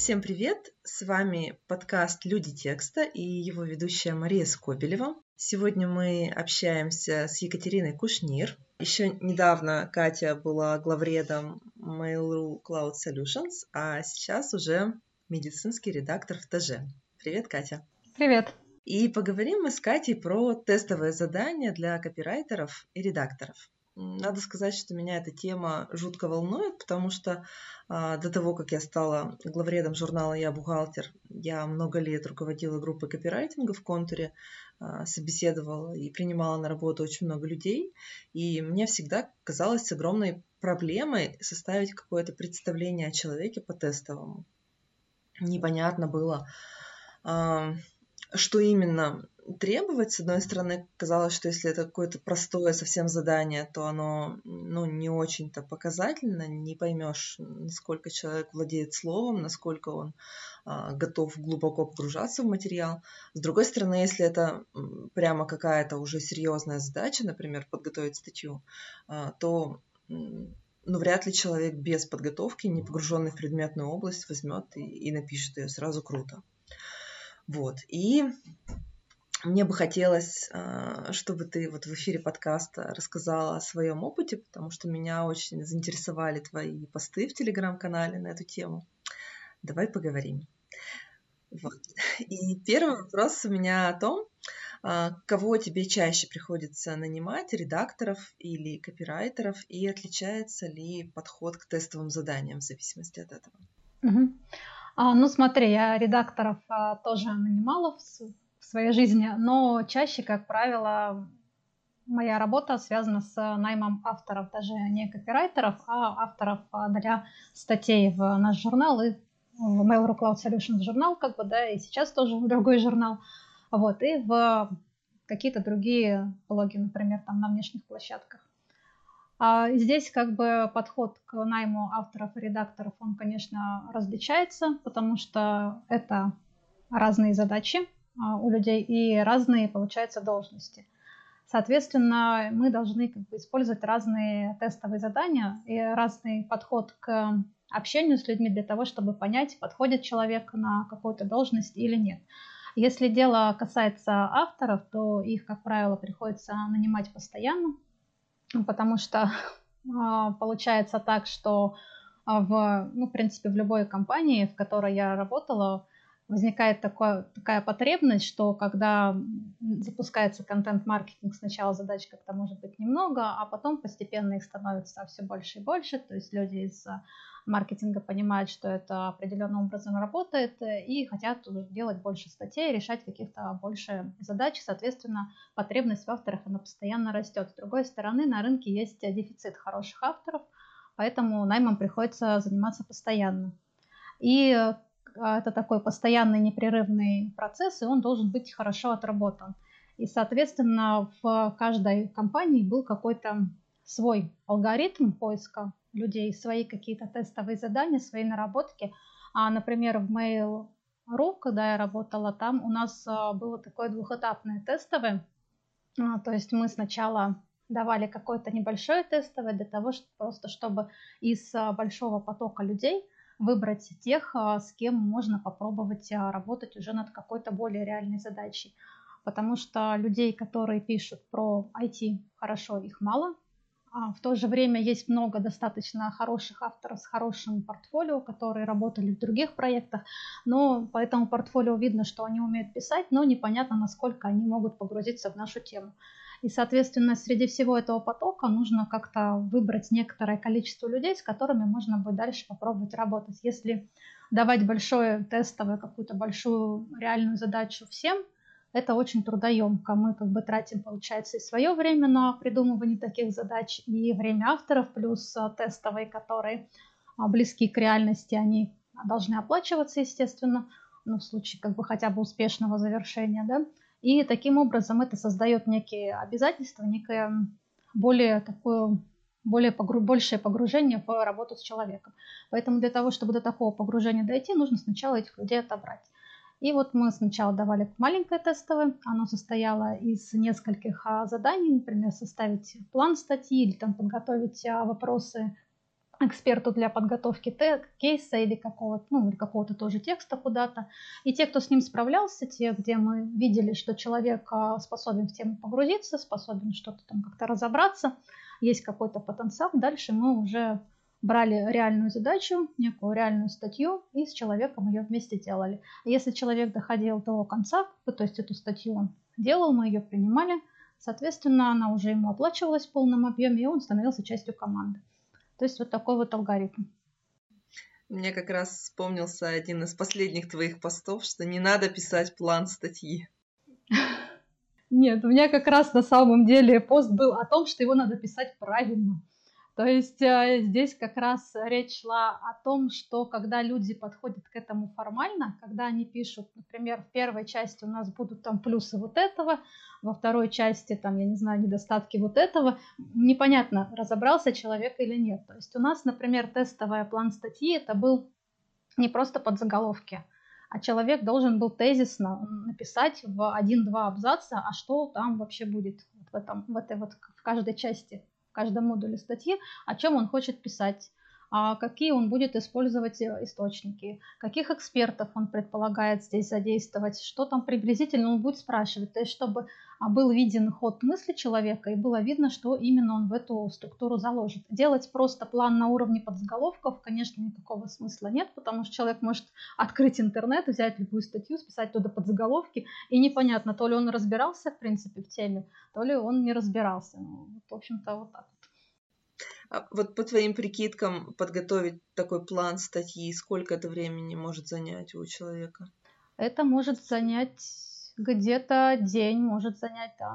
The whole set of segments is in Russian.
Всем привет! С вами подкаст «Люди текста» и его ведущая Мария Скобелева. Сегодня мы общаемся с Екатериной Кушнир. Еще недавно Катя была главредом Mail.ru Cloud Solutions, а сейчас уже медицинский редактор в ТЖ. Привет, Катя! Привет! И поговорим мы с Катей про тестовые задания для копирайтеров и редакторов. Надо сказать, что меня эта тема жутко волнует, потому что до того, как я стала главредом журнала «Я бухгалтер», я много лет руководила группой копирайтинга в Контуре, собеседовала и принимала на работу очень много людей. И мне всегда казалось огромной проблемой составить какое-то представление о человеке по тестовому. Непонятно было, что именно требовать. С одной стороны, казалось, что если это какое-то простое совсем задание, то оно не очень-то показательно, не поймешь, насколько человек владеет словом, насколько он готов глубоко погружаться в материал. С другой стороны, если это прямо какая-то уже серьезная задача, например, подготовить статью, то вряд ли человек без подготовки, не погруженный в предметную область, возьмет и напишет ее сразу круто. Вот. И мне бы хотелось, чтобы ты вот в эфире подкаста рассказала о своем опыте, потому что меня очень заинтересовали твои посты в Телеграм-канале на эту тему. Давай поговорим. Вот. И первый вопрос у меня о том, кого тебе чаще приходится нанимать, редакторов или копирайтеров, и отличается ли подход к тестовым заданиям в зависимости от этого? Смотри, я редакторов тоже нанимала в своей жизни, но чаще, как правило, моя работа связана с наймом авторов, даже не копирайтеров, а авторов для статей в наш журнал и в Mail.ru Cloud Solutions журнал, и сейчас тоже другой журнал, и в какие-то другие блоги, например, там на внешних площадках. Здесь подход к найму авторов и редакторов, он, конечно, различается, потому что это разные задачи у людей и разные, получается, должности. Соответственно, мы должны использовать разные тестовые задания и разный подход к общению с людьми для того, чтобы понять, подходит человек на какую-то должность или нет. Если дело касается авторов, то их, как правило, приходится нанимать постоянно, потому что получается так, что в принципе, в любой компании, в которой я работала, возникает такая потребность, что когда запускается контент-маркетинг, сначала задач как-то может быть немного, а потом постепенно их становится все больше и больше. То есть люди из маркетинга понимают, что это определенным образом работает и хотят уже делать больше статей, решать каких-то больше задач. Соответственно, потребность в авторах, она постоянно растет. С другой стороны, на рынке есть дефицит хороших авторов, поэтому наймом приходится заниматься постоянно. И это такой постоянный непрерывный процесс, и он должен быть хорошо отработан. И, соответственно, в каждой компании был какой-то свой алгоритм поиска людей, свои какие-то тестовые задания, свои наработки. Например, в Mail.ru, когда я работала, там у нас было такое двухэтапное тестовое. То есть мы сначала давали какое-то небольшое тестовое для того, чтобы из большого потока людей выбрать тех, с кем можно попробовать работать уже над какой-то более реальной задачей. Потому что людей, которые пишут про IT хорошо, их мало. В то же время есть много достаточно хороших авторов с хорошим портфолио, которые работали в других проектах, но по этому портфолио видно, что они умеют писать, но непонятно, насколько они могут погрузиться в нашу тему. И, соответственно, среди всего этого потока нужно как-то выбрать некоторое количество людей, с которыми можно будет дальше попробовать работать. Если давать большое тестовое, какую-то большую реальную задачу всем, это очень трудоемко. Мы тратим, получается, и свое время на придумывание таких задач, и время авторов, плюс тестовые, которые близки к реальности, они должны оплачиваться, естественно, в случае хотя бы успешного завершения, да. И таким образом это создает некие обязательства, некое большее погружение в работу с человеком. Поэтому для того, чтобы до такого погружения дойти, нужно сначала этих людей отобрать. И вот мы сначала давали маленькое тестовое, оно состояло из нескольких заданий, например, составить план статьи или подготовить вопросы эксперту для подготовки кейса или какого-то тоже текста куда-то. И те, кто с ним справлялся, те, где мы видели, что человек способен в тему погрузиться, способен что-то там как-то разобраться, есть какой-то потенциал, дальше мы уже брали реальную задачу, некую реальную статью, и с человеком ее вместе делали. Если человек доходил до конца, то есть эту статью он делал, мы ее принимали, соответственно, она уже ему оплачивалась в полном объеме, и он становился частью команды. То есть вот такой вот алгоритм. Мне как раз вспомнился один из последних твоих постов, что не надо писать план статьи. Нет, у меня как раз на самом деле пост был о том, что его надо писать правильно. То есть здесь как раз речь шла о том, что когда люди подходят к этому формально, когда они пишут, например, в первой части у нас будут там плюсы вот этого, во второй части там, я не знаю, недостатки вот этого, непонятно, разобрался человек или нет. То есть у нас, например, тестовый план статьи, это был не просто подзаголовки, а человек должен был тезисно написать в 1-2 абзаца, а что там вообще будет в каждой части, в каждом модуле статьи, о чем он хочет писать, какие он будет использовать источники, каких экспертов он предполагает здесь задействовать, что там приблизительно он будет спрашивать, то есть чтобы был виден ход мысли человека и было видно, что именно он в эту структуру заложит. Делать просто план на уровне подзаголовков, конечно, никакого смысла нет, потому что человек может открыть интернет, взять любую статью, списать туда подзаголовки, и непонятно, то ли он разбирался, в принципе, в теме, то ли он не разбирался. Ну, в общем-то, вот так вот. А вот по твоим прикидкам подготовить такой план статьи, сколько это времени может занять у человека? Это может занять где-то день, может занять, да.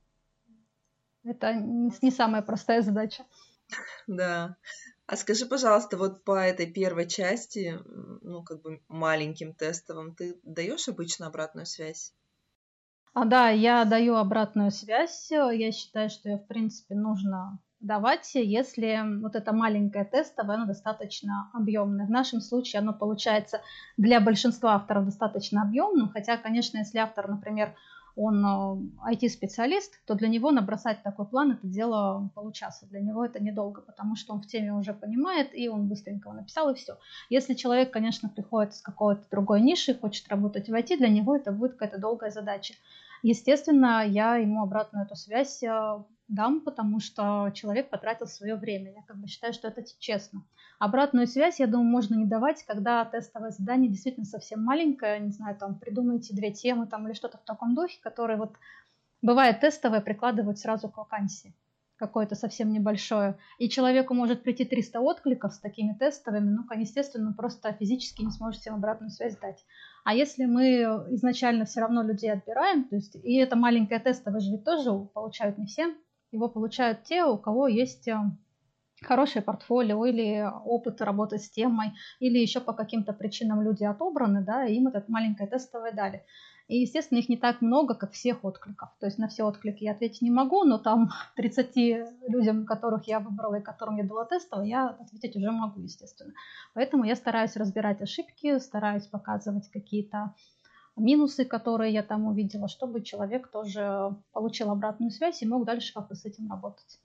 Это не самая простая задача. Да. А скажи, пожалуйста, вот по этой первой части, ну, как бы маленьким тестовым, ты даешь обычно обратную связь? Да, я даю обратную связь. Я считаю, что ее, в принципе, нужно давать, если вот это маленькое тестовое, оно достаточно объемное. В нашем случае оно получается для большинства авторов достаточно объемным, хотя, конечно, если автор, например, он IT-специалист, то для него набросать такой план – это дело получаса. Для него это недолго, потому что он в теме уже понимает, и он быстренько его написал, и все. Если человек, конечно, приходит из какой-то другой ниши, хочет работать в IT, для него это будет какая-то долгая задача. Естественно, я ему обратную эту связь дам, потому что человек потратил свое время. Я как бы считаю, что это честно. Обратную связь, я думаю, можно не давать, когда тестовое задание действительно совсем маленькое, не знаю, там придумайте 2 темы там, или что-то в таком духе, которые вот бывает тестовое прикладывают сразу к вакансии, какое-то совсем небольшое. И человеку может прийти 300 откликов с такими тестовыми, ну, естественно, просто физически не сможете им обратную связь дать. А если мы изначально все равно людей отбираем, то есть, и это маленькое тестовое же ведь тоже получают не все, его получают те, у кого есть хорошее портфолио или опыт работы с темой, или еще по каким-то причинам люди отобраны, да, и им это маленькое тестовое дали. И, естественно, их не так много, как всех откликов. То есть на все отклики я ответить не могу, но там 30 людям, которых я выбрала и которым я дала тестовое, я ответить уже могу, естественно. Поэтому я стараюсь разбирать ошибки, стараюсь показывать какие-то минусы, которые я там увидела, чтобы человек тоже получил обратную связь и мог дальше как-то с этим работать.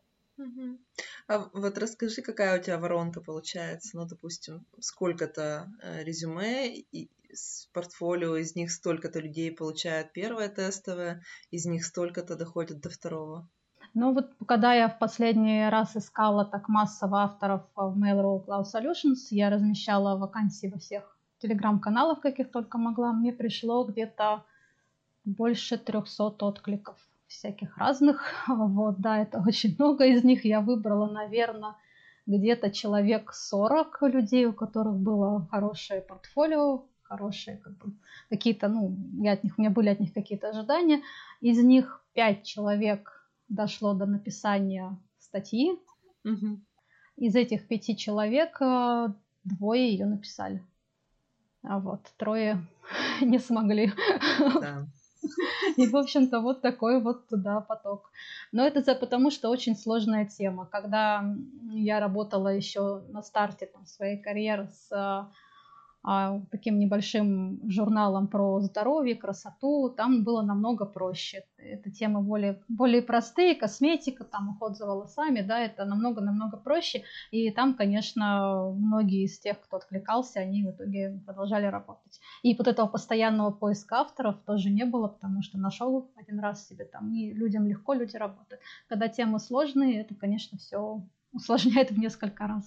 А вот расскажи, какая у тебя воронка получается? Ну, допустим, сколько-то резюме и с портфолио, из них столько-то людей получают первое тестовое, из них столько-то доходят до второго. Ну вот когда я в последний раз искала так массово авторов в Mail.ru Cloud Solutions, я размещала вакансии во всех телеграм-каналах, каких только могла, мне пришло где-то больше 300 откликов всяких разных. Вот, да, это очень много из них. Я выбрала, наверное, где-то человек 40 людей, у которых было хорошее портфолио, хорошие какие-то, ну, у меня были от них какие-то ожидания. Из них 5 человек дошло до написания статьи. Угу. Из этих 5 человек 2 ее написали. А вот 3 не смогли. Да. И, в общем-то, вот такой вот туда поток. Но это потому, что очень сложная тема. Когда я работала еще на старте своей карьеры с таким небольшим журналом про здоровье, красоту, там было намного проще. Это темы более простые, косметика, там уход за волосами, да, это намного проще. И там, конечно, многие из тех, кто откликался, они в итоге продолжали работать. И вот этого постоянного поиска авторов тоже не было, потому что нашел один раз себе там, и людям легко, люди работают. Когда темы сложные, это, конечно, все усложняет в несколько раз.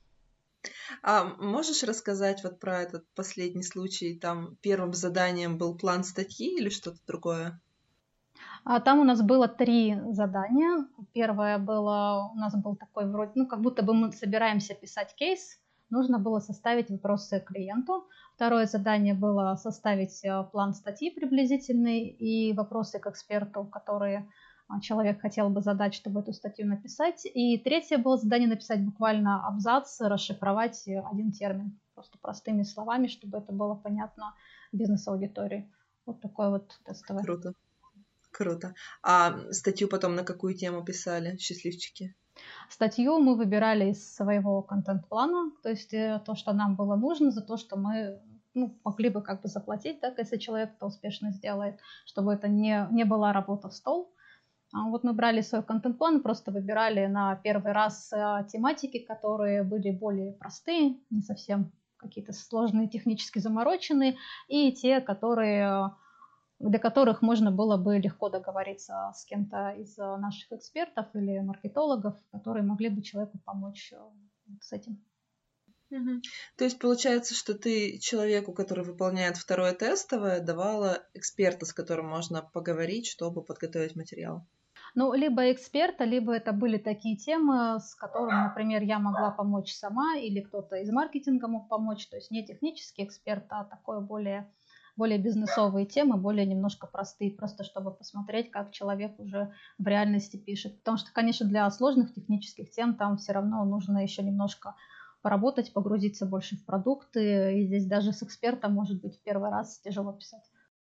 А можешь рассказать вот про этот последний случай? Там первым заданием был план статьи или что-то другое? Там у нас было 3 задания. Первое было, у нас был такой вроде, как будто бы мы собираемся писать кейс, нужно было составить вопросы клиенту. Второе задание было составить план статьи приблизительный и вопросы к эксперту, которые человек хотел бы задать, чтобы эту статью написать. И третье было задание написать буквально абзац, расшифровать один термин, просто простыми словами, чтобы это было понятно бизнес-аудитории. Вот такое вот тестовое. Круто. Круто. А статью потом на какую тему писали, счастливчики? Статью мы выбирали из своего контент-плана, то есть то, что нам было нужно, за то, что мы могли бы как бы заплатить, так, если человек это успешно сделает, чтобы это не была работа в стол. Вот мы брали свой контент-план, просто выбирали на первый раз тематики, которые были более простые, не совсем какие-то сложные, технически замороченные, и те, для которых можно было бы легко договориться с кем-то из наших экспертов или маркетологов, которые могли бы человеку помочь с этим. То есть получается, что ты человеку, который выполняет второе тестовое, давала эксперта, с которым можно поговорить, чтобы подготовить материал? Либо эксперта, либо это были такие темы, с которыми, например, я могла помочь сама, или кто-то из маркетинга мог помочь, то есть не технический эксперт, а такое более бизнесовые темы, более немножко простые, просто чтобы посмотреть, как человек уже в реальности пишет. Потому что, конечно, для сложных технических тем там все равно нужно еще немножко поработать, погрузиться больше в продукты, и здесь даже с экспертом, может быть, в первый раз тяжело писать.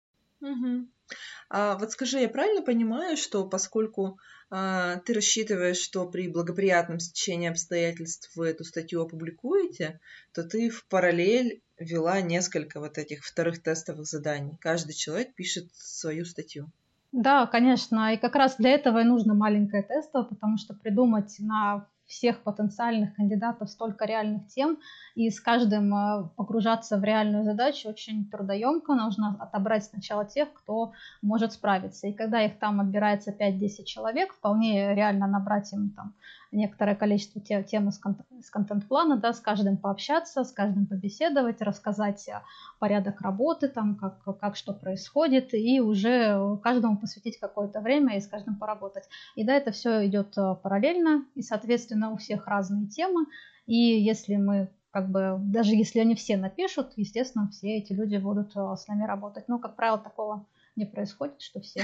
Вот скажи, я правильно понимаю, что поскольку ты рассчитываешь, что при благоприятном стечении обстоятельств вы эту статью опубликуете, то ты в параллель вела несколько вот этих вторых тестовых заданий. Каждый человек пишет свою статью. Да, конечно, и как раз для этого и нужно маленькое тестовое, потому что придумать на всех потенциальных кандидатов столько реальных тем, и с каждым погружаться в реальную задачу очень трудоемко. Нужно отобрать сначала тех, кто может справиться. И когда их там отбирается 5-10 человек, вполне реально набрать им там некоторое количество тем из контент-плана, да, с каждым пообщаться, с каждым побеседовать, рассказать порядок работы, там, как что происходит, и уже каждому посвятить какое-то время и с каждым поработать. И да, это все идет параллельно, и, соответственно, у всех разные темы, и если мы даже если они все напишут, естественно, все эти люди будут с нами работать. Но, как правило, такого не происходит, что все.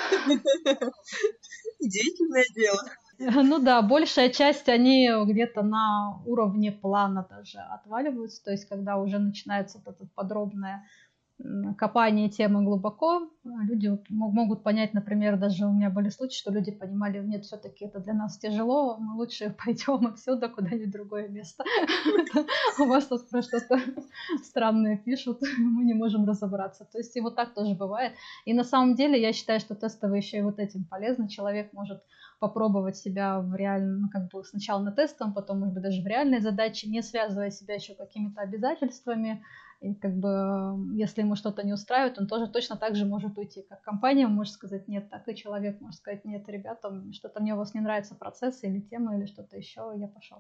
Удивительное дело. Да, большая часть, они где-то на уровне плана даже отваливаются, то есть когда уже начинается вот это подробное копание темы глубоко, люди могут понять, например, даже у меня были случаи, что люди понимали, нет, все-таки это для нас тяжело, мы лучше пойдем отсюда куда-нибудь в другое место. У вас тут про что-то странное пишут, мы не можем разобраться. То есть и вот так тоже бывает. И на самом деле я считаю, что тестовый еще и вот этим полезно. Человек может попробовать себя в реальном, сначала на тестовом, потом, может быть, даже в реальной задаче, не связывая себя еще какими-то обязательствами. И если ему что-то не устраивает, он тоже точно так же может уйти. Как компания может сказать нет, так и человек может сказать нет, ребята, что-то мне у вас не нравится процесс или тема, или что-то еще, я пошел.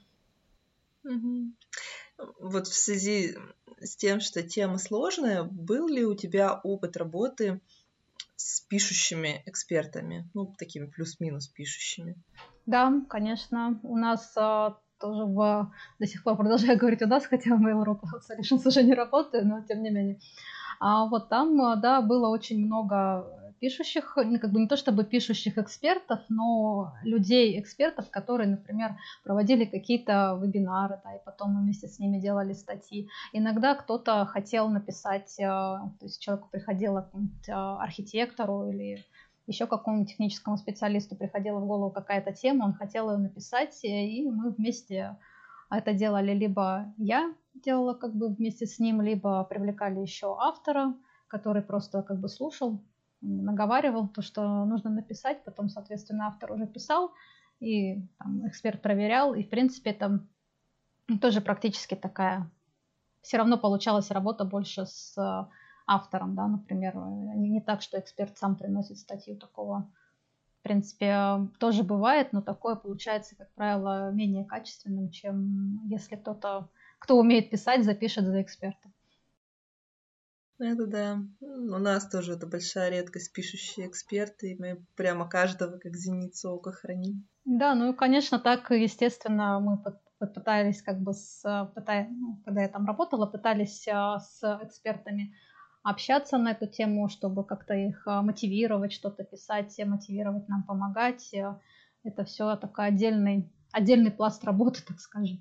Вот в связи с тем, что тема сложная, был ли у тебя опыт работы с пишущими экспертами, такими плюс-минус пишущими? Да, конечно. У нас тоже до сих пор продолжаю говорить у нас, хотя в Mail.ru Solutions уже не работаю, но тем не менее. Вот там, да, было очень много пишущих, не то чтобы пишущих экспертов, но людей-экспертов, которые, например, проводили какие-то вебинары, да, и потом мы вместе с ними делали статьи. Иногда кто-то хотел написать, то есть человеку приходило какому-нибудь архитектору или еще какому-нибудь техническому специалисту приходила в голову какая-то тема, он хотел ее написать, и мы вместе Это делали либо я делала как бы вместе с ним, либо привлекали еще автора, который просто как бы слушал, наговаривал то, что нужно написать, потом, соответственно, автор уже писал, и там, эксперт проверял, и, в принципе, это тоже практически такая, все равно получалась работа больше с автором, да, например, не так, что эксперт сам приносит статью, такого, в принципе, тоже бывает, но такое получается, как правило, менее качественным, чем если кто-то, кто умеет писать, запишет за эксперта. Это да. У нас тоже это большая редкость, пишущие эксперты, и мы прямо каждого как зеницу ока храним. Да, ну, конечно, так, естественно, мы пытались как бы, когда я там работала, пытались с экспертами общаться на эту тему, чтобы как-то их мотивировать, что-то писать, мотивировать нам помогать. Это все такой отдельный пласт работы, так скажем.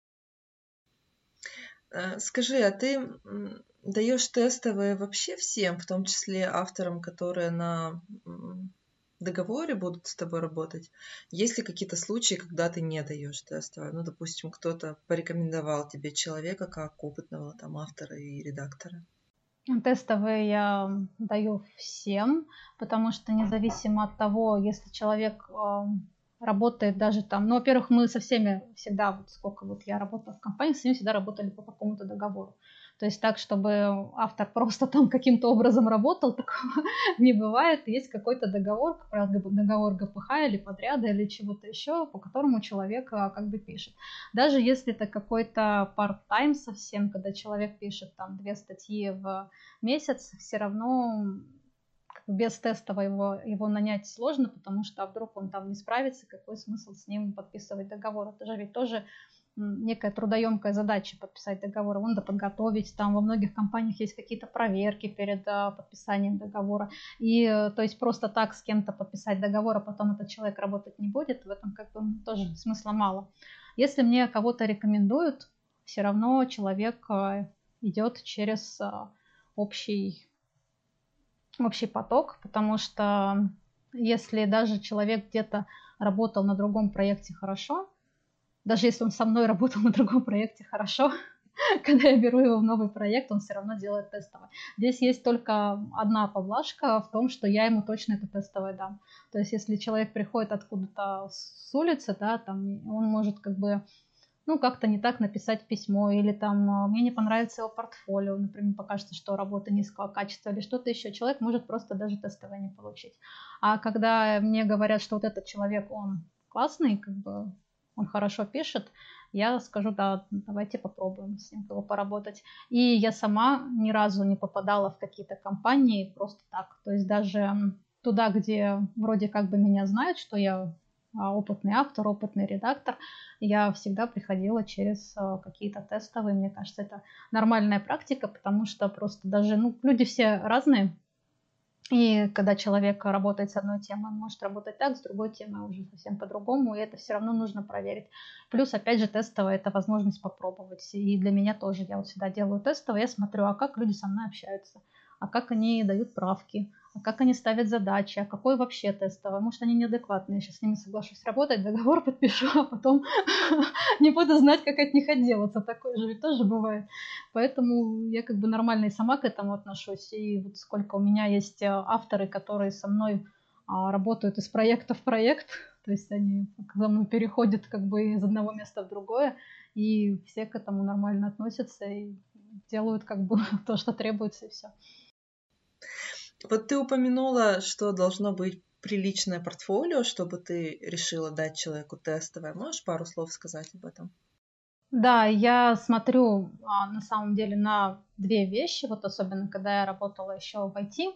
Скажи, а ты даешь тестовые вообще всем, в том числе авторам, которые на договоре будут с тобой работать? Есть ли какие-то случаи, когда ты не даешь тестовые? Ну, допустим, кто-то порекомендовал тебе человека как опытного там автора и редактора. Тестовые я даю всем, потому что независимо от того, если человек работает даже там, ну, во-первых, мы со всеми всегда, вот сколько вот я работала в компании, с ними всегда работали по какому-то договору. То есть так, чтобы автор просто там каким-то образом работал, такого не бывает. Есть какой-то договор, как правило, договор ГПХ или подряда или чего-то еще, по которому человек как бы пишет. Даже если это какой-то part-time совсем, когда человек пишет там 2 статьи в месяц, все равно без тестового его нанять сложно, потому что вдруг он там не справится, какой смысл с ним подписывать договор? Это же ведь тоже некая трудоемкая задача подписать договор, надо подготовить, там во многих компаниях есть какие-то проверки перед подписанием договора, и то есть просто так с кем-то подписать договор, а потом этот человек работать не будет, в этом как бы тоже смысла мало. Если мне кого-то рекомендуют, все равно человек идет через общий поток, потому что если даже человек где-то работал на другом проекте хорошо, даже если он со мной работал на другом проекте хорошо, когда я беру его в новый проект, он все равно делает тестовое. Здесь есть только одна поблажка в том, что я ему точно это тестовое дам. То есть если человек приходит откуда-то с улицы, да, там он может как бы как-то не так написать письмо, или там мне не понравится его портфолио, например, покажется, что работа низкого качества, или что-то еще. Человек может просто даже тестовое не получить. А когда мне говорят, что вот этот человек, он классный, как бы он хорошо пишет, я скажу, да, давайте попробуем с ним поработать. И я сама ни разу не попадала в какие-то компании просто так. То есть даже туда, где вроде как бы меня знают, что я опытный автор, опытный редактор, я всегда приходила через какие-то тестовые. Мне кажется, это нормальная практика, потому что просто даже, люди все разные, и когда человек работает с одной темой, он может работать так, с другой темой уже совсем по-другому, и это все равно нужно проверить. Плюс, опять же, тестовое – это возможность попробовать. И для меня тоже, я вот всегда делаю тестовое, я смотрю, а как люди со мной общаются, а как они дают правки, а как они ставят задачи, а какой вообще тестовый. Может, они неадекватные, я сейчас с ними соглашусь работать, договор подпишу, а потом не буду знать, как от них отделаться. Такое же ведь тоже бывает. Поэтому я как бы нормально и сама к этому отношусь. И вот сколько у меня есть авторы, которые со мной работают из проекта в проект, то есть они за мной переходят как бы из одного места в другое, и все к этому нормально относятся и делают как бы то, что требуется, и все. Вот ты упомянула, что должно быть приличное портфолио, чтобы ты решила дать человеку тестовое. Можешь пару слов сказать об этом? Да, я смотрю на самом деле на две вещи, вот особенно когда я работала еще в IT,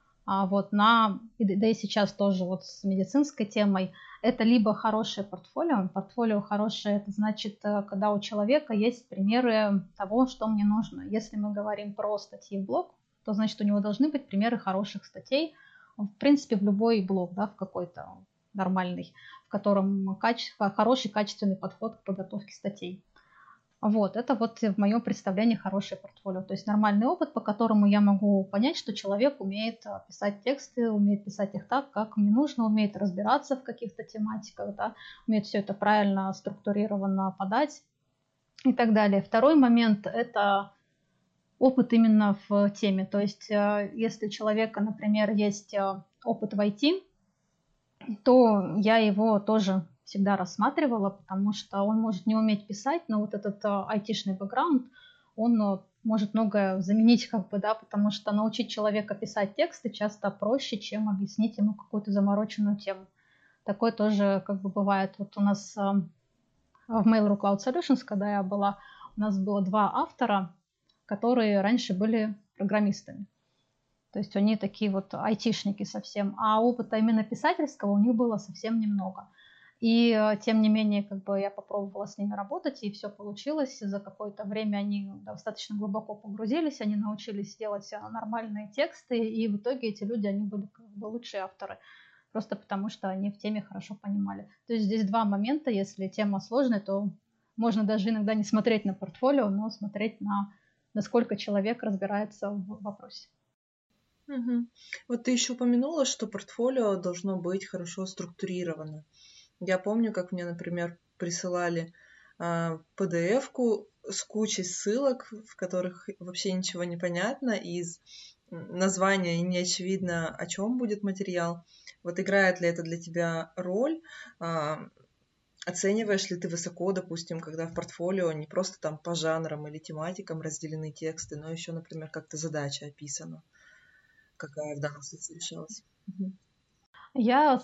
да и сейчас тоже вот с медицинской темой, это либо хорошее портфолио хорошее, это значит, когда у человека есть примеры того, что мне нужно. Если мы говорим про статьи в блог, то значит у него должны быть примеры хороших статей, в принципе, в любой блог, да, в какой-то нормальный, в котором хороший качественный подход к подготовке статей. Вот, это вот в моем представлении хорошее портфолио. То есть нормальный опыт, по которому я могу понять, что человек умеет писать тексты, умеет писать их так, как мне нужно, умеет разбираться в каких-то тематиках, да, умеет все это правильно, структурированно подать. и так далее. Второй момент – это опыт именно в теме. То есть если у человека, например, есть опыт в IT, то я его тоже всегда рассматривала, потому что он может не уметь писать, но вот этот айтишный бэкграунд, он может многое заменить, как бы, да, потому что научить человека писать тексты часто проще, чем объяснить ему какую-то замороченную тему. Такое тоже как бы бывает. Вот у нас в Mail.ru Cloud Solutions, когда я была, у нас было 2 автора, которые раньше были программистами. То есть они такие вот айтишники совсем. А опыта именно писательского у них было совсем немного. И тем не менее, как бы я попробовала с ними работать, и все получилось. За какое-то время они достаточно глубоко погрузились, они научились делать нормальные тексты, и в итоге эти люди, они были как бы лучшие авторы, просто потому что они в теме хорошо понимали. То есть здесь 2 момента. Если тема сложная, то можно даже иногда не смотреть на портфолио, но смотреть на насколько человек разбирается в вопросе. Мгм. Вот ты еще упомянула, что портфолио должно быть хорошо структурировано. Я помню, как мне, например, присылали PDF-ку с кучей ссылок, в которых вообще ничего не понятно, и из названия не очевидно, о чем будет материал. Вот играет ли это для тебя роль? Оцениваешь ли ты высоко, допустим, когда в портфолио не просто там по жанрам или тематикам разделены тексты, но еще, например, как-то задача описана? Какая в данном случае решалась? Я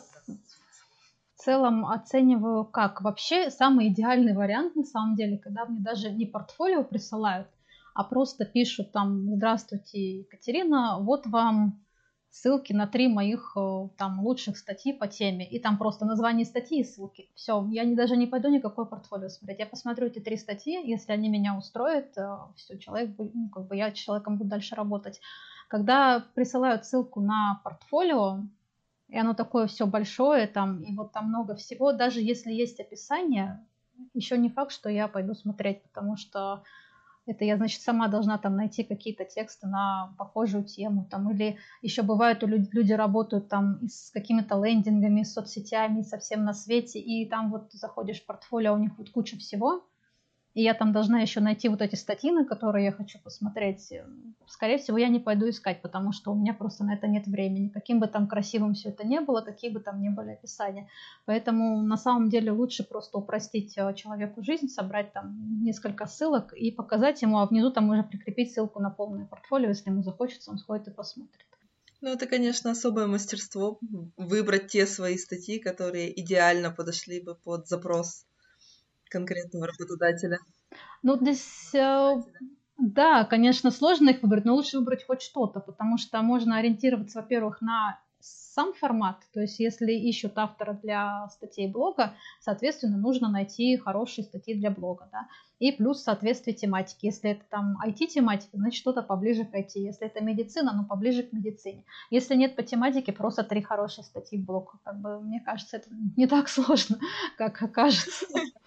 в целом оцениваю как. Вообще самый идеальный вариант на самом деле, когда мне даже не портфолио присылают, а просто пишут там: «Здравствуйте, Екатерина, вот вам ссылки на 3 моих там лучших статьи по теме». И там просто название статьи и ссылки. Все, я даже не пойду никакое портфолио смотреть. Я посмотрю эти 3 статьи, если они меня устроят, все, человек, ну, как бы я с человеком буду дальше работать. Когда присылают ссылку на портфолио, и оно такое все большое, там, и вот там много всего, даже если есть описание, еще не факт, что я пойду смотреть, потому что это я, значит, сама должна там найти какие-то тексты на похожую тему, там, или еще бывает, люди работают там и с какими-то лендингами, с соцсетями, совсем на свете, и там вот заходишь в портфолио, а у них вот куча всего, и я там должна еще найти вот эти статьи, на которые я хочу посмотреть. Скорее всего, я не пойду искать, потому что у меня просто на это нет времени. Каким бы там красивым все это ни было, какие бы там ни были описания. Поэтому на самом деле лучше просто упростить человеку жизнь, собрать там несколько ссылок и показать ему, а внизу там уже прикрепить ссылку на полное портфолио. Если ему захочется, он сходит и посмотрит. Ну, это, конечно, особое мастерство выбрать те свои статьи, которые идеально подошли бы под запрос конкретного работодателя. Ну, здесь, да, конечно, сложно их выбрать, но лучше выбрать хоть что-то, потому что можно ориентироваться, во-первых, на сам формат. То есть, если ищут автора для статей блога, соответственно, нужно найти хорошие статьи для блога, да. И плюс соответствие тематики. Если это там IT-тематика, значит, что-то поближе к IT. Если это медицина, ну, поближе к медицине. Если нет по тематике, просто 3 хорошие статьи в блог. Как бы, мне кажется, это не так сложно, как кажется.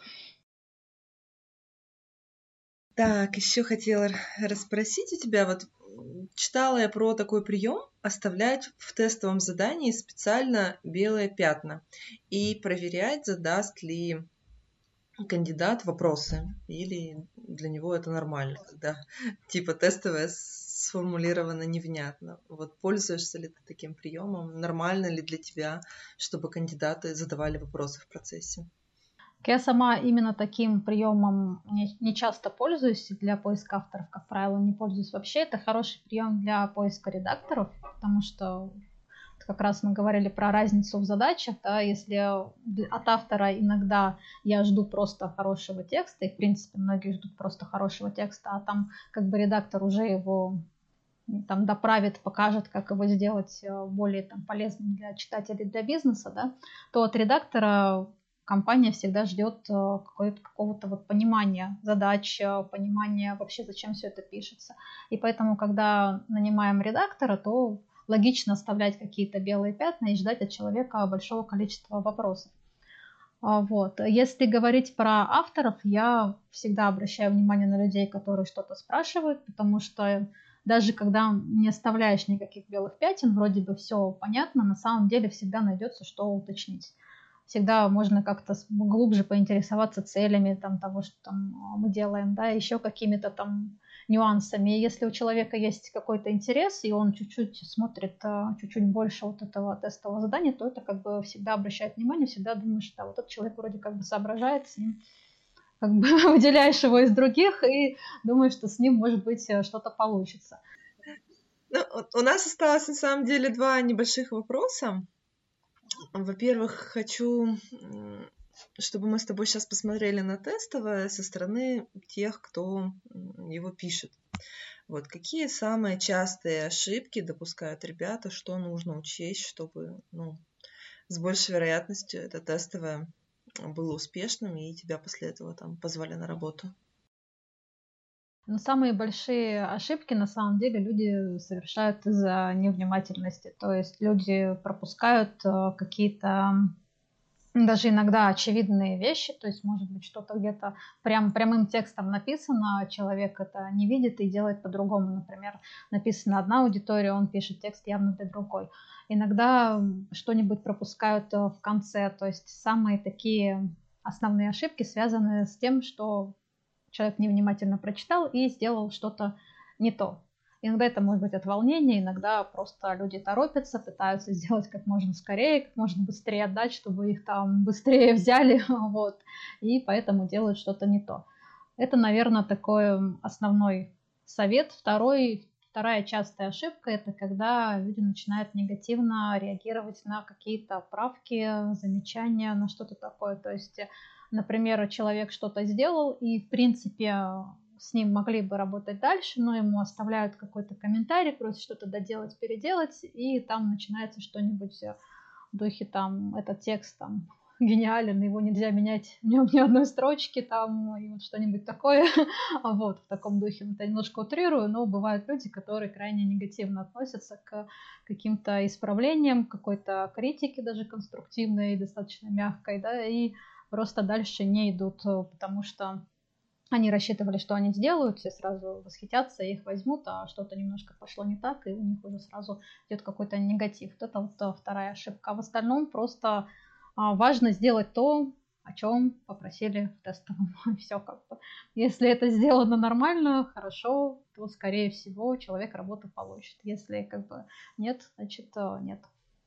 Так, еще хотела расспросить у тебя, вот читала я про такой прием оставлять в тестовом задании специально белые пятна и проверять, задаст ли кандидат вопросы, или для него это нормально, когда типа тестовое сформулировано невнятно. Вот пользуешься ли ты таким приемом? Нормально ли для тебя, чтобы кандидаты задавали вопросы в процессе? Я сама именно таким приемом не часто пользуюсь для поиска авторов, как правило, не пользуюсь вообще. Это хороший прием для поиска редакторов, потому что как раз мы говорили про разницу в задачах, да, если от автора иногда я жду просто хорошего текста, и в принципе многие ждут просто хорошего текста, а там как бы редактор уже его там доправит, покажет, как его сделать более там полезным для читателей, для бизнеса, да, то от редактора компания всегда ждет какого-то вот понимания задач, понимания вообще, зачем все это пишется. И поэтому, когда нанимаем редактора, то логично оставлять какие-то белые пятна и ждать от человека большого количества вопросов. Вот. Если говорить про авторов, я всегда обращаю внимание на людей, которые что-то спрашивают, потому что даже когда не оставляешь никаких белых пятен, вроде бы все понятно, на самом деле всегда найдется, что уточнить. всегда можно как-то глубже поинтересоваться целями там, того, что там мы делаем, да, еще какими-то там нюансами. И если у человека есть какой-то интерес, и он чуть-чуть смотрит, чуть-чуть больше вот этого тестового задания, то это как бы всегда обращает внимание, всегда думаешь, что вот этот человек вроде как бы соображает, с ним как бы выделяешь его из других и думаешь, что с ним, может быть, что-то получится. Ну, у нас осталось, на самом деле, 2 небольших вопроса. Во-первых, хочу, чтобы мы с тобой сейчас посмотрели на тестовое со стороны тех, кто его пишет. Вот какие самые частые ошибки допускают ребята, что нужно учесть, чтобы, с большей вероятностью это тестовое было успешным и тебя после этого там позвали на работу? Но самые большие ошибки на самом деле люди совершают из-за невнимательности. То есть люди пропускают какие-то даже иногда очевидные вещи, то есть, может быть, что-то где-то прямым текстом написано, а человек это не видит и делает по-другому. Например, написана одна аудитория, он пишет текст явно для другой. Иногда что-нибудь пропускают в конце, то есть самые такие основные ошибки связаны с тем, что человек невнимательно прочитал и сделал что-то не то. Иногда это может быть от волнения, иногда просто люди торопятся, пытаются сделать как можно скорее, как можно быстрее отдать, чтобы их там быстрее взяли, вот, и поэтому делают что-то не то. Это, наверное, такой основной совет. Вторая частая ошибка – это когда люди начинают негативно реагировать на какие-то правки, замечания, на что-то такое. То есть, например, человек что-то сделал, и, в принципе, с ним могли бы работать дальше, но ему оставляют какой-то комментарий, просят что-то доделать, переделать, и там начинается что-нибудь в духе там, этот текст там гениален, его нельзя менять в нем ни одной строчки, там, и вот что-нибудь такое, вот, в таком духе. Это немножко утрирую, но бывают люди, которые крайне негативно относятся к каким-то исправлениям, какой-то критике даже конструктивной, достаточно мягкой, да, и просто дальше не идут, потому что они рассчитывали, что они сделают, все сразу восхитятся, их возьмут, а что-то немножко пошло не так, и у них уже сразу идет какой-то негатив. Вот это вот вторая ошибка. А в остальном просто важно сделать то, о чем попросили в тестовом. Все как бы. Если это сделано нормально, хорошо, то, скорее всего, человек работу получит. Если как бы нет, значит нет.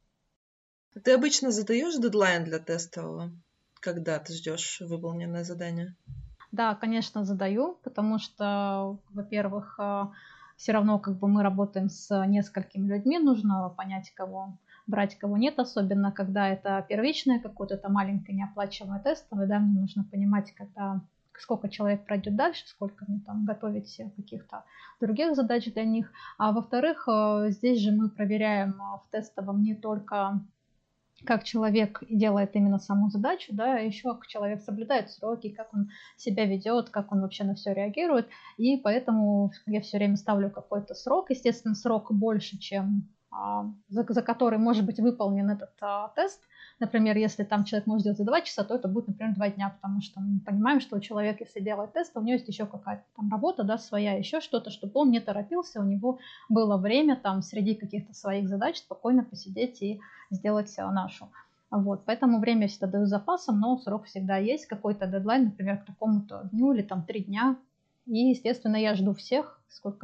Ты обычно задаешь дедлайн для тестового, когда ты ждешь выполненное задание? Да, конечно, задаю, потому что, во-первых, все равно как бы мы работаем с несколькими людьми, нужно понять, кого брать, кого нет, особенно когда это первичное какое-то там маленькое неоплачиваемое тестовое, да, мне нужно понимать, когда сколько человек пройдет дальше, сколько мне там готовить каких-то других задач для них. А во-вторых, здесь же мы проверяем в тестовом не только как человек делает именно саму задачу, да, а еще как человек соблюдает сроки, как он себя ведет, как он вообще на все реагирует. И поэтому я все время ставлю какой-то срок. Естественно, срок больше, чем за который может быть выполнен этот тест. Например, если там человек может сделать за 2 часа, то это будет, например, 2 дня, потому что мы понимаем, что у человека, если делает тест, то у него есть еще какая-то там работа, да, своя, еще что-то, чтобы он не торопился, у него было время там среди каких-то своих задач спокойно посидеть и сделать нашу. Вот, поэтому время я всегда даю запасом, но срок всегда есть, какой-то дедлайн, например, к такому-то дню или там 3 дня. И, естественно, я жду всех,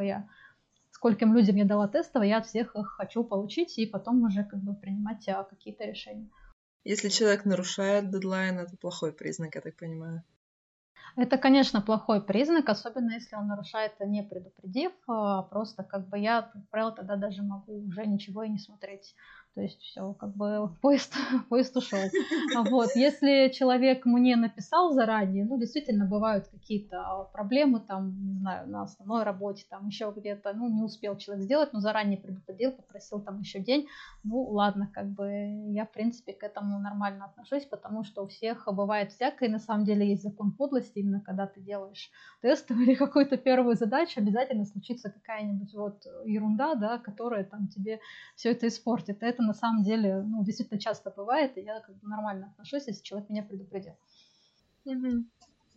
скольким людям я дала тестовое, я от всех их хочу получить и потом уже как бы принимать какие-то решения. Если человек нарушает дедлайн, это плохой признак, я так понимаю. Это, конечно, плохой признак, особенно если он нарушает, не предупредив, просто как бы я, как правило, тогда даже могу уже ничего и не смотреть. То есть все, как бы поезд ушел. Вот. Если человек мне написал заранее, ну, действительно, бывают какие-то проблемы, там, не знаю, на основной работе, там, еще где-то, ну, не успел человек сделать, но заранее предупредил, попросил там еще день, ну, ладно, как бы я, в принципе, к этому нормально отношусь, потому что у всех бывает всякое, и на самом деле есть закон подлости, именно когда ты делаешь тест или какую-то первую задачу, обязательно случится какая-нибудь вот ерунда, да, которая там тебе все это испортит. И это на самом деле, ну, действительно часто бывает, и я как бы нормально отношусь, если человек меня предупредил. Угу.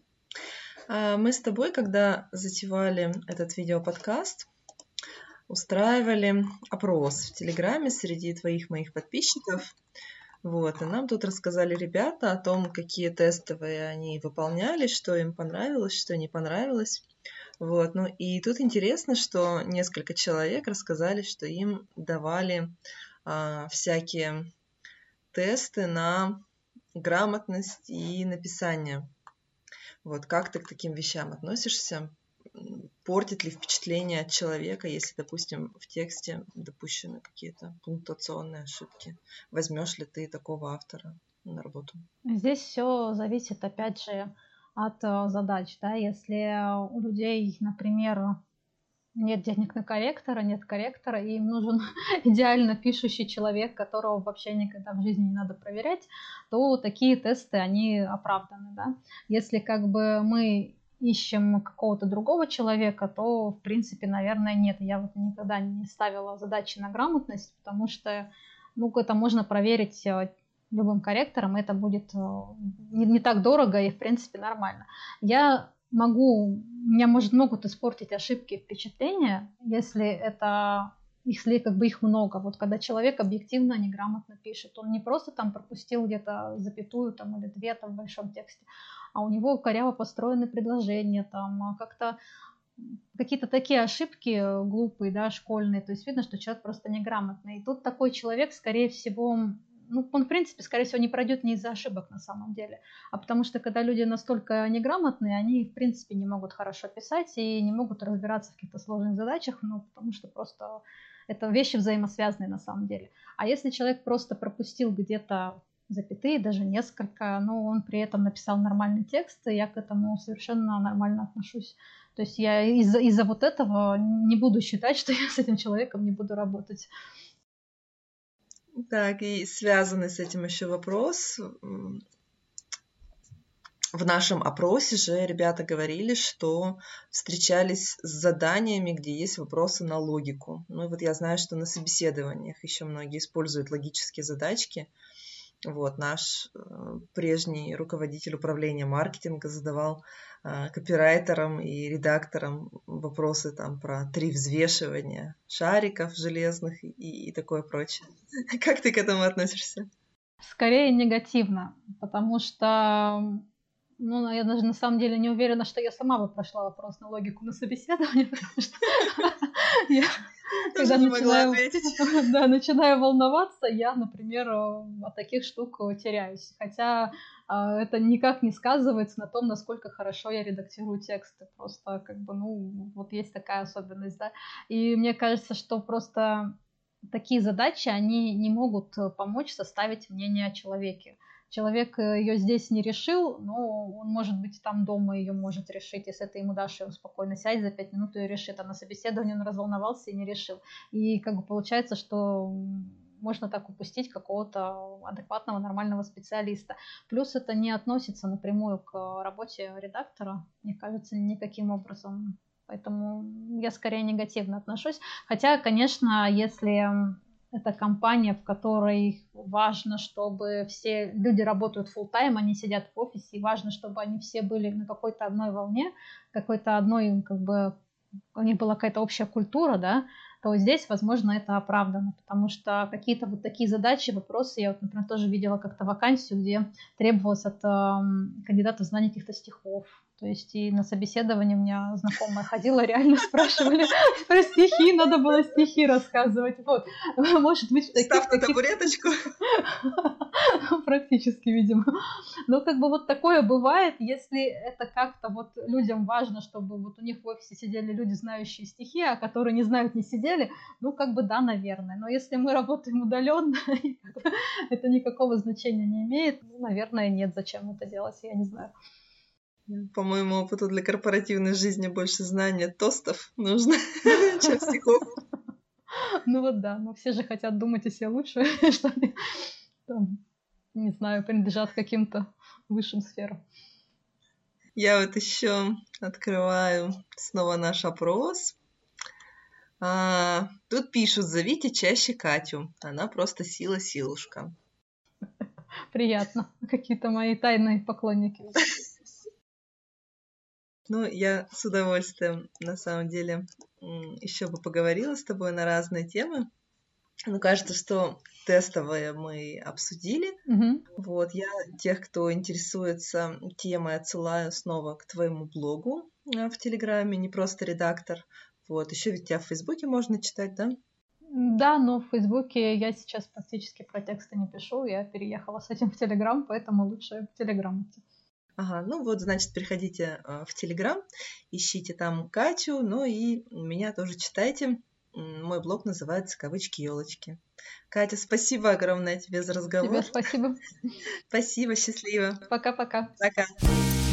Мы с тобой, когда затевали этот видеоподкаст, устраивали опрос в Телеграме среди твоих моих подписчиков Вот, и нам тут рассказали ребята о том, какие тестовые они выполняли, что им понравилось, что не понравилось. Вот, ну и тут интересно, что несколько человек рассказали, что им давали всякие тесты на грамотность и написание. Вот, как ты к таким вещам относишься? Портит ли впечатление от человека, если, допустим, в тексте допущены какие-то пунктуационные ошибки? Возьмешь ли ты такого автора на работу? Здесь все зависит, опять же, от задач, да, если у людей, например, нет денег на корректора, нет корректора, и им нужен идеально пишущий человек, которого вообще никогда в жизни не надо проверять, то такие тесты, они оправданы, да. Если как бы мы ищем какого-то другого человека, то, в принципе, наверное, нет. Я вот никогда не ставила задачи на грамотность, потому что, ну, это можно проверить любым корректором, это будет не так дорого и, в принципе, нормально. Меня могут испортить ошибки впечатления, если как бы их много. Вот когда человек объективно неграмотно пишет, он не просто там пропустил где-то запятую там, или две там в большом тексте, а у него коряво построены предложения, там как-то какие-то такие ошибки глупые, да, школьные, то есть видно, что человек просто неграмотный. И тут такой человек, скорее всего, ну, он, в принципе, скорее всего, не пройдет не из-за ошибок на самом деле, а потому что, когда люди настолько неграмотные, они, в принципе, не могут хорошо писать и не могут разбираться в каких-то сложных задачах, ну, потому что просто это вещи взаимосвязанные на самом деле. А если человек просто пропустил где-то запятые, даже несколько, но он при этом написал нормальный текст, и я к этому совершенно нормально отношусь. То есть я из-за вот этого не буду считать, что я с этим человеком не буду работать. Так, и связанный с этим еще вопрос. В нашем опросе же ребята говорили, что встречались с заданиями, где есть вопросы на логику. Ну и вот я знаю, что на собеседованиях еще многие используют логические задачки. Вот, наш прежний руководитель управления маркетинга задавал копирайтерам и редакторам вопросы там про 3 взвешивания шариков железных и такое прочее. Как ты к этому относишься? Скорее негативно, потому что, ну, я даже на самом деле не уверена, что я сама бы прошла вопрос на логику на собеседование, потому что я, Тоже когда не могла ответить. начинаю волноваться, я, например, от таких штук теряюсь. Хотя это никак не сказывается на том, насколько хорошо я редактирую тексты. Просто как бы, ну, вот есть такая особенность, да. И мне кажется, что просто такие задачи, они не могут помочь составить мнение о человеке. Человек ее здесь не решил, но он, может быть, там дома ее может решить. Если ты ему дашь ее спокойно сядь за 5 минут и решит. А на собеседовании он разволновался и не решил. И как бы получается, что можно так упустить какого-то адекватного, нормального специалиста. Плюс это не относится напрямую к работе редактора, мне кажется, никаким образом. Поэтому я скорее негативно отношусь. Хотя, конечно, если это компания, в которой важно, чтобы все люди работают full-time, они сидят в офисе, и важно, чтобы они все были на какой-то одной волне, какой-то одной, как бы, у них была какая-то общая культура, да, то здесь, возможно, это оправдано, потому что какие-то вот такие задачи, вопросы, я вот, например, тоже видела как-то вакансию, где требовалось от кандидатов знания каких-то стихов. То есть и на собеседовании у меня знакомая ходила, реально спрашивали про стихи, надо было стихи рассказывать. Вот. Может быть, в таких... Став на табуреточку. Практически, видимо. Но как бы вот такое бывает, если это как-то вот людям важно, чтобы вот у них в офисе сидели люди, знающие стихи, а которые не знают, не сидели, ну как бы да, наверное. Но если мы работаем удаленно, это никакого значения не имеет, ну, наверное, нет, зачем это делать, я не знаю. По моему опыту для корпоративной жизни больше знания тостов нужно, чем стихов. Ну вот да, но все же хотят думать о себе лучше, что они, там, не знаю, принадлежат каким-то высшим сферам. Я вот еще открываю снова наш опрос. Тут пишут: зовите чаще Катю, она просто сила-силушка. Приятно, какие-то мои тайные поклонники. Ну, я с удовольствием, на самом деле, еще бы поговорила с тобой на разные темы. Ну, кажется, что тестовые мы обсудили. Мгм. Вот, я тех, кто интересуется темой, отсылаю снова к твоему блогу в Телеграме, не просто редактор. Вот, еще ведь тебя в Фейсбуке можно читать, да? Да, но в Фейсбуке я сейчас практически про тексты не пишу. Я переехала с этим в Телеграм, поэтому лучше в Телеграм идти. Ага, ну вот, значит, переходите в Телеграм, ищите там Катю, ну и меня тоже читайте. Мой блог называется «Кавычки-елочки». Катя, спасибо огромное тебе за разговор. Тебе спасибо. Спасибо, счастливо. Пока-пока. Пока.